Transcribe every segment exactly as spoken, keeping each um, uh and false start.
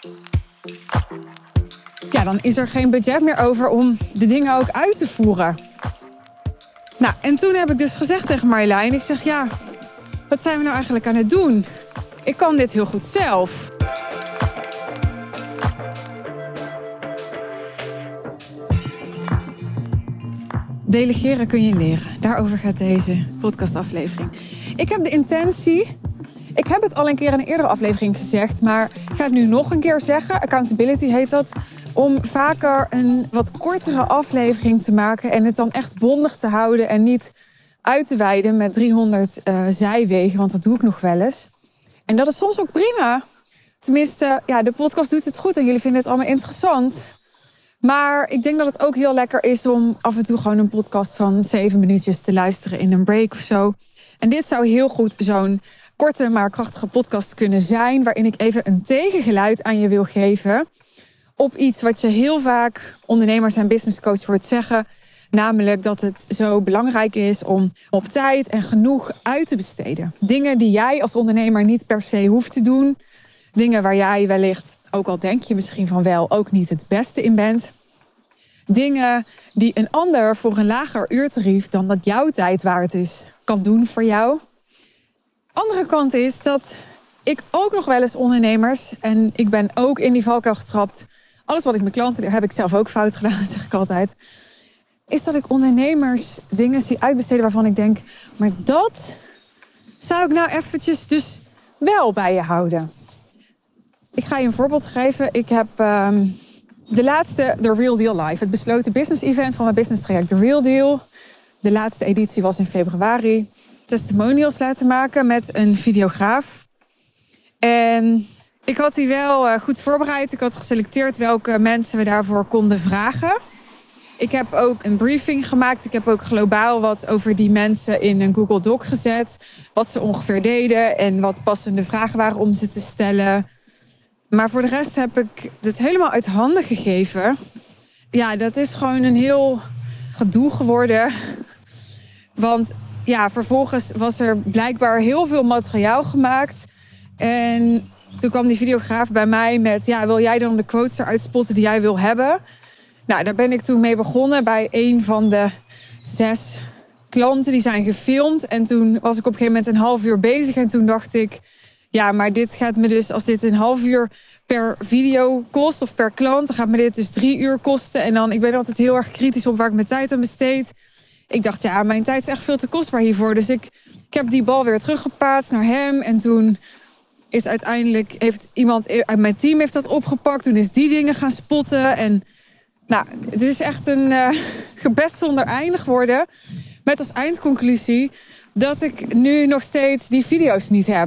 Ja, dan is er geen budget meer over om de dingen ook uit te voeren. Nou, en toen heb ik dus gezegd tegen Marjolein, ik zeg ja, wat zijn we nou eigenlijk aan het doen? Ik kan dit heel goed zelf. Delegeren kun je leren. Daarover gaat deze podcastaflevering. Ik heb de intentie... Ik heb het al een keer in een eerdere aflevering gezegd, maar ik ga het nu nog een keer zeggen. Accountability heet dat. Om vaker een wat kortere aflevering te maken en het dan echt bondig te houden en niet uit te wijden met driehonderd uh, zijwegen, want dat doe ik nog wel eens. En dat is soms ook prima. Tenminste, ja, de podcast doet het goed en jullie vinden het allemaal interessant. Maar ik denk dat het ook heel lekker is om af en toe gewoon een podcast van zeven minuutjes te luisteren in een break of zo. En dit zou heel goed zo'n korte maar krachtige podcast kunnen zijn, waarin ik even een tegengeluid aan je wil geven op iets wat je heel vaak ondernemers en businesscoaches hoort zeggen. Namelijk dat het zo belangrijk is om op tijd en genoeg uit te besteden. Dingen die jij als ondernemer niet per se hoeft te doen. Dingen waar jij wellicht, ook al denk je misschien van wel, ook niet het beste in bent. Dingen die een ander voor een lager uurtarief dan dat jouw tijd waard is, kan doen voor jou. Andere kant is dat ik ook nog wel eens ondernemers, en ik ben ook in die valkuil getrapt. Alles wat ik mijn klanten leer, heb ik zelf ook fout gedaan, zeg ik altijd. Is dat ik ondernemers dingen zie uitbesteden waarvan ik denk, maar dat zou ik nou eventjes dus wel bij je houden. Ik ga je een voorbeeld geven. Ik heb um, de laatste The Real Deal Live, het besloten business event van mijn business traject The Real Deal. De laatste editie was in februari. Testimonials laten maken met een videograaf. En ik had die wel uh, goed voorbereid. Ik had geselecteerd welke mensen we daarvoor konden vragen. Ik heb ook een briefing gemaakt. Ik heb ook globaal wat over die mensen in een Google Doc gezet. Wat ze ongeveer deden en wat passende vragen waren om ze te stellen. Maar voor de rest heb ik dit helemaal uit handen gegeven. Ja, dat is gewoon een heel gedoe geworden. Want ja, vervolgens was er blijkbaar heel veel materiaal gemaakt. En toen kwam die videograaf bij mij met, ja, wil jij dan de quotes eruit spotten die jij wil hebben? Nou, daar ben ik toen mee begonnen bij een van de zes klanten die zijn gefilmd. En toen was ik op een gegeven moment een half uur bezig. En toen dacht ik, ja, maar dit gaat me dus, als dit een half uur per video kost of per klant, dan gaat me dit dus drie uur kosten. En dan, ik ben altijd heel erg kritisch op waar ik mijn tijd aan besteed. Ik dacht, ja, mijn tijd is echt veel te kostbaar hiervoor. Dus ik, ik heb die bal weer teruggepaatst naar hem. En toen is uiteindelijk, heeft iemand uit mijn team heeft dat opgepakt. Toen is die dingen gaan spotten. En nou, het is echt een uh, gebed zonder einde geworden. Met als eindconclusie dat ik nu nog steeds die video's niet heb.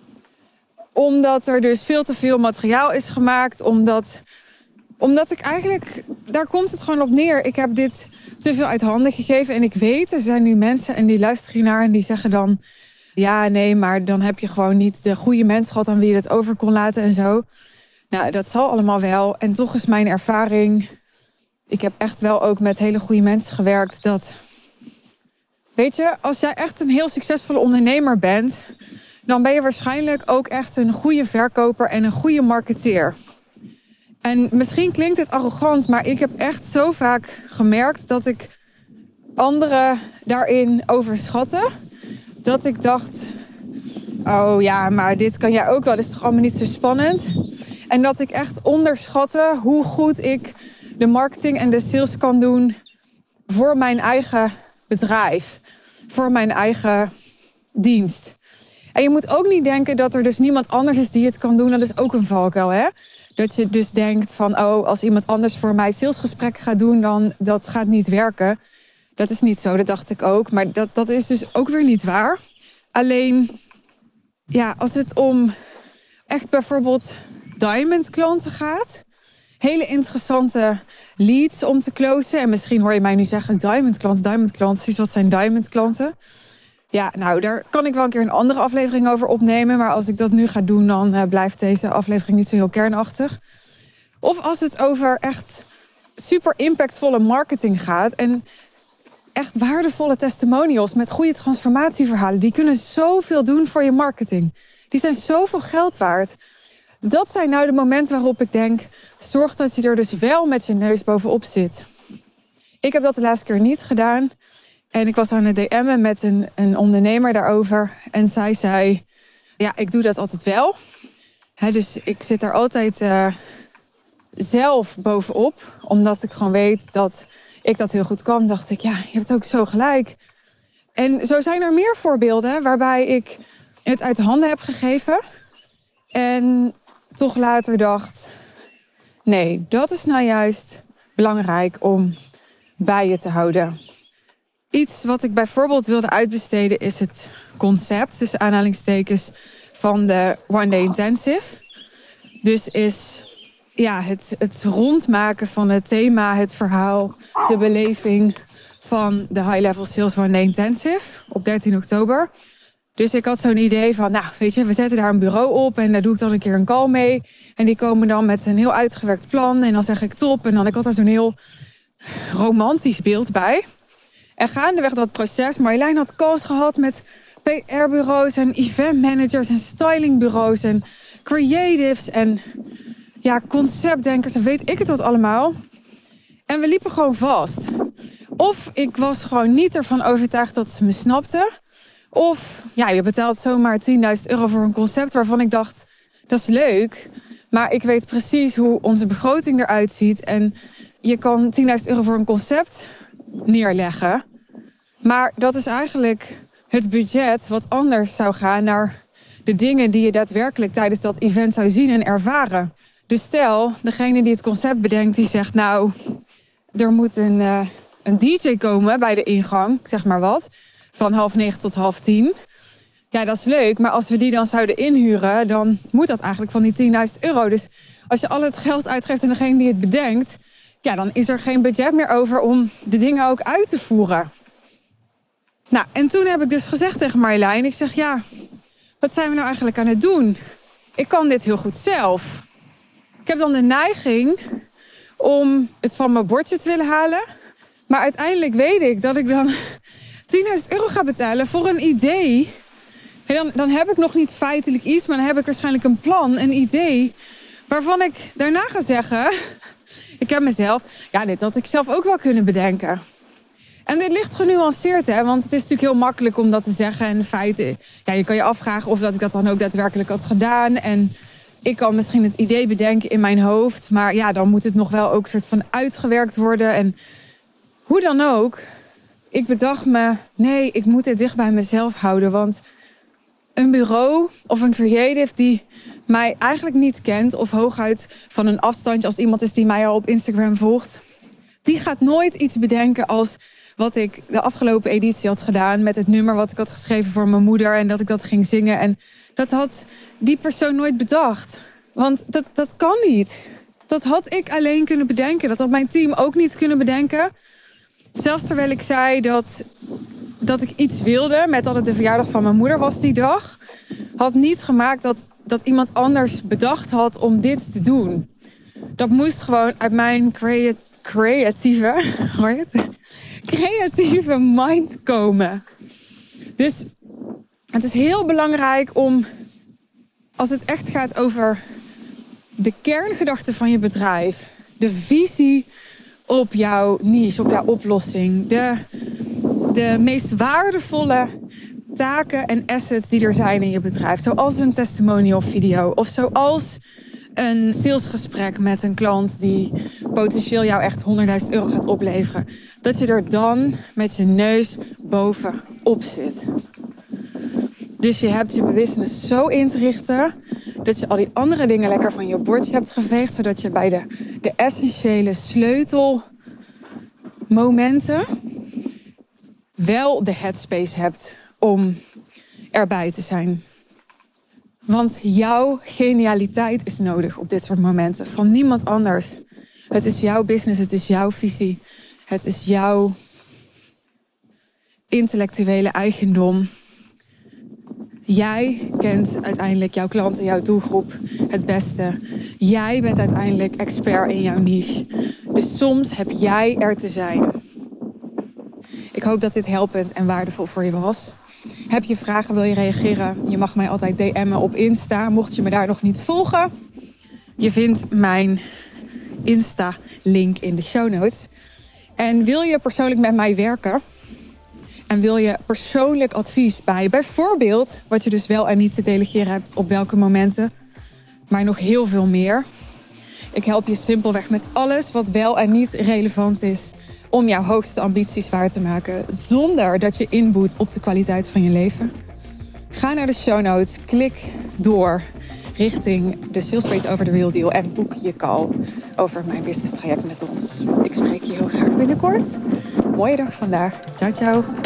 Omdat er dus veel te veel materiaal is gemaakt. Omdat, omdat ik eigenlijk, daar komt het gewoon op neer. Ik heb dit te veel uit handen gegeven. En ik weet, er zijn nu mensen en die luisteren hiernaar en die zeggen dan, ja, nee, maar dan heb je gewoon niet de goede mensen gehad aan wie je het over kon laten en zo. Nou, dat zal allemaal wel. En toch is mijn ervaring, ik heb echt wel ook met hele goede mensen gewerkt, dat, weet je, als jij echt een heel succesvolle ondernemer bent, dan ben je waarschijnlijk ook echt een goede verkoper en een goede marketeer. En misschien klinkt het arrogant, maar ik heb echt zo vaak gemerkt dat ik anderen daarin overschatte. Dat ik dacht, oh ja, maar dit kan jij ook wel, dat is toch allemaal niet zo spannend. En dat ik echt onderschatte hoe goed ik de marketing en de sales kan doen voor mijn eigen bedrijf. Voor mijn eigen dienst. En je moet ook niet denken dat er dus niemand anders is die het kan doen. Dat is ook een valkuil, hè? Dat je dus denkt van, oh, als iemand anders voor mij salesgesprekken gaat doen, dan dat gaat niet werken. Dat is niet zo, dat dacht ik ook. Maar dat, dat is dus ook weer niet waar. Alleen, ja, als het om echt bijvoorbeeld diamond klanten gaat, hele interessante leads om te closen. En misschien hoor je mij nu zeggen, diamond klanten, diamond klanten. Dus wat zijn diamond klanten? Ja, nou, daar kan ik wel een keer een andere aflevering over opnemen. Maar als ik dat nu ga doen, dan uh, blijft deze aflevering niet zo heel kernachtig. Of als het over echt super impactvolle marketing gaat. En echt waardevolle testimonials met goede transformatieverhalen. Die kunnen zoveel doen voor je marketing. Die zijn zoveel geld waard. Dat zijn nou de momenten waarop ik denk, zorg dat je er dus wel met je neus bovenop zit. Ik heb dat de laatste keer niet gedaan. En ik was aan het D M'en met een, een ondernemer daarover. En zij zei, ja, ik doe dat altijd wel. He, dus ik zit daar altijd uh, zelf bovenop. Omdat ik gewoon weet dat ik dat heel goed kan. Dacht ik, ja, je hebt ook zo gelijk. En zo zijn er meer voorbeelden waarbij ik het uit de handen heb gegeven. En toch later dacht, nee, dat is nou juist belangrijk om bij je te houden. Iets wat ik bijvoorbeeld wilde uitbesteden is het concept, tussen aanhalingstekens, van de One Day Intensive. Dus is ja, het, het rondmaken van het thema, het verhaal, de beleving van de High Level Sales One Day Intensive op dertien oktober. Dus ik had zo'n idee van, nou weet je, we zetten daar een bureau op en daar doe ik dan een keer een call mee. En die komen dan met een heel uitgewerkt plan en dan zeg ik top. En dan ik had daar zo'n heel romantisch beeld bij. En gaandeweg dat proces, Marjolein had calls gehad met P R-bureaus en eventmanagers en stylingbureaus en creatives en ja, conceptdenkers en weet ik het wat allemaal. En we liepen gewoon vast. Of ik was gewoon niet ervan overtuigd dat ze me snapten. Of ja, je betaalt zomaar tienduizend euro voor een concept waarvan ik dacht, dat is leuk. Maar ik weet precies hoe onze begroting eruit ziet. En je kan tienduizend euro voor een concept neerleggen. Maar dat is eigenlijk het budget wat anders zou gaan naar de dingen die je daadwerkelijk tijdens dat event zou zien en ervaren. Dus stel, degene die het concept bedenkt, die zegt nou, er moet een, uh, een D J komen bij de ingang, zeg maar wat, van half negen tot half tien. Ja, dat is leuk, maar als we die dan zouden inhuren, dan moet dat eigenlijk van die tienduizend euro. Dus als je al het geld uitgeeft aan degene die het bedenkt, ja, dan is er geen budget meer over om de dingen ook uit te voeren. Nou, en toen heb ik dus gezegd tegen Marjolein, ik zeg ja, wat zijn we nou eigenlijk aan het doen? Ik kan dit heel goed zelf. Ik heb dan de neiging om het van mijn bordje te willen halen. Maar uiteindelijk weet ik dat ik dan tienduizend euro ga betalen voor een idee. En dan, dan heb ik nog niet feitelijk iets, maar dan heb ik waarschijnlijk een plan, een idee, waarvan ik daarna ga zeggen, ik heb mezelf, ja, dit had ik zelf ook wel kunnen bedenken. En dit ligt genuanceerd, hè, want het is natuurlijk heel makkelijk om dat te zeggen. En in feite, ja, je kan je afvragen of dat ik dat dan ook daadwerkelijk had gedaan. En ik kan misschien het idee bedenken in mijn hoofd, maar ja, dan moet het nog wel ook soort van uitgewerkt worden. En hoe dan ook, ik bedacht me, nee, ik moet dit dicht bij mezelf houden, want een bureau of een creative die mij eigenlijk niet kent, of hooguit van een afstandje als iemand is die mij al op Instagram volgt, die gaat nooit iets bedenken als wat ik de afgelopen editie had gedaan met het nummer wat ik had geschreven voor mijn moeder en dat ik dat ging zingen. En dat had die persoon nooit bedacht. Want dat, dat kan niet. Dat had ik alleen kunnen bedenken. Dat had mijn team ook niet kunnen bedenken. Zelfs terwijl ik zei dat, dat ik iets wilde met dat het de verjaardag van mijn moeder was die dag, had niet gemaakt dat, dat iemand anders bedacht had om dit te doen. Dat moest gewoon uit mijn crea- creatieve, hoor je het? creatieve mind komen. Dus het is heel belangrijk om, als het echt gaat over de kerngedachte van je bedrijf, de visie op jouw niche, op jouw oplossing, de, de meest waardevolle taken en assets die er zijn in je bedrijf, zoals een testimonial video of zoals een salesgesprek met een klant die potentieel jou echt honderdduizend euro gaat opleveren, dat je er dan met je neus bovenop zit. Dus je hebt je business zo in te richten dat je al die andere dingen lekker van je bordje hebt geveegd, zodat je bij de, de essentiële sleutelmomenten wel de headspace hebt om erbij te zijn. Want jouw genialiteit is nodig op dit soort momenten. Van niemand anders. Het is jouw business, het is jouw visie. Het is jouw intellectuele eigendom. Jij kent uiteindelijk jouw klanten, jouw doelgroep het beste. Jij bent uiteindelijk expert in jouw niche. Dus soms heb jij er te zijn. Ik hoop dat dit helpend en waardevol voor je was. Heb je vragen, wil je reageren? Je mag mij altijd D M'en op Insta, mocht je me daar nog niet volgen. Je vindt mijn Insta-link in de show notes. En wil je persoonlijk met mij werken? En wil je persoonlijk advies bij bijvoorbeeld wat je dus wel en niet te delegeren hebt op welke momenten, maar nog heel veel meer. Ik help je simpelweg met alles wat wel en niet relevant is om jouw hoogste ambities waar te maken, zonder dat je inboet op de kwaliteit van je leven. Ga naar de show notes, klik door richting de salespage over de Real Deal en boek je call over mijn business traject met ons. Ik spreek je heel graag binnenkort. Mooie dag vandaag. Ciao, ciao.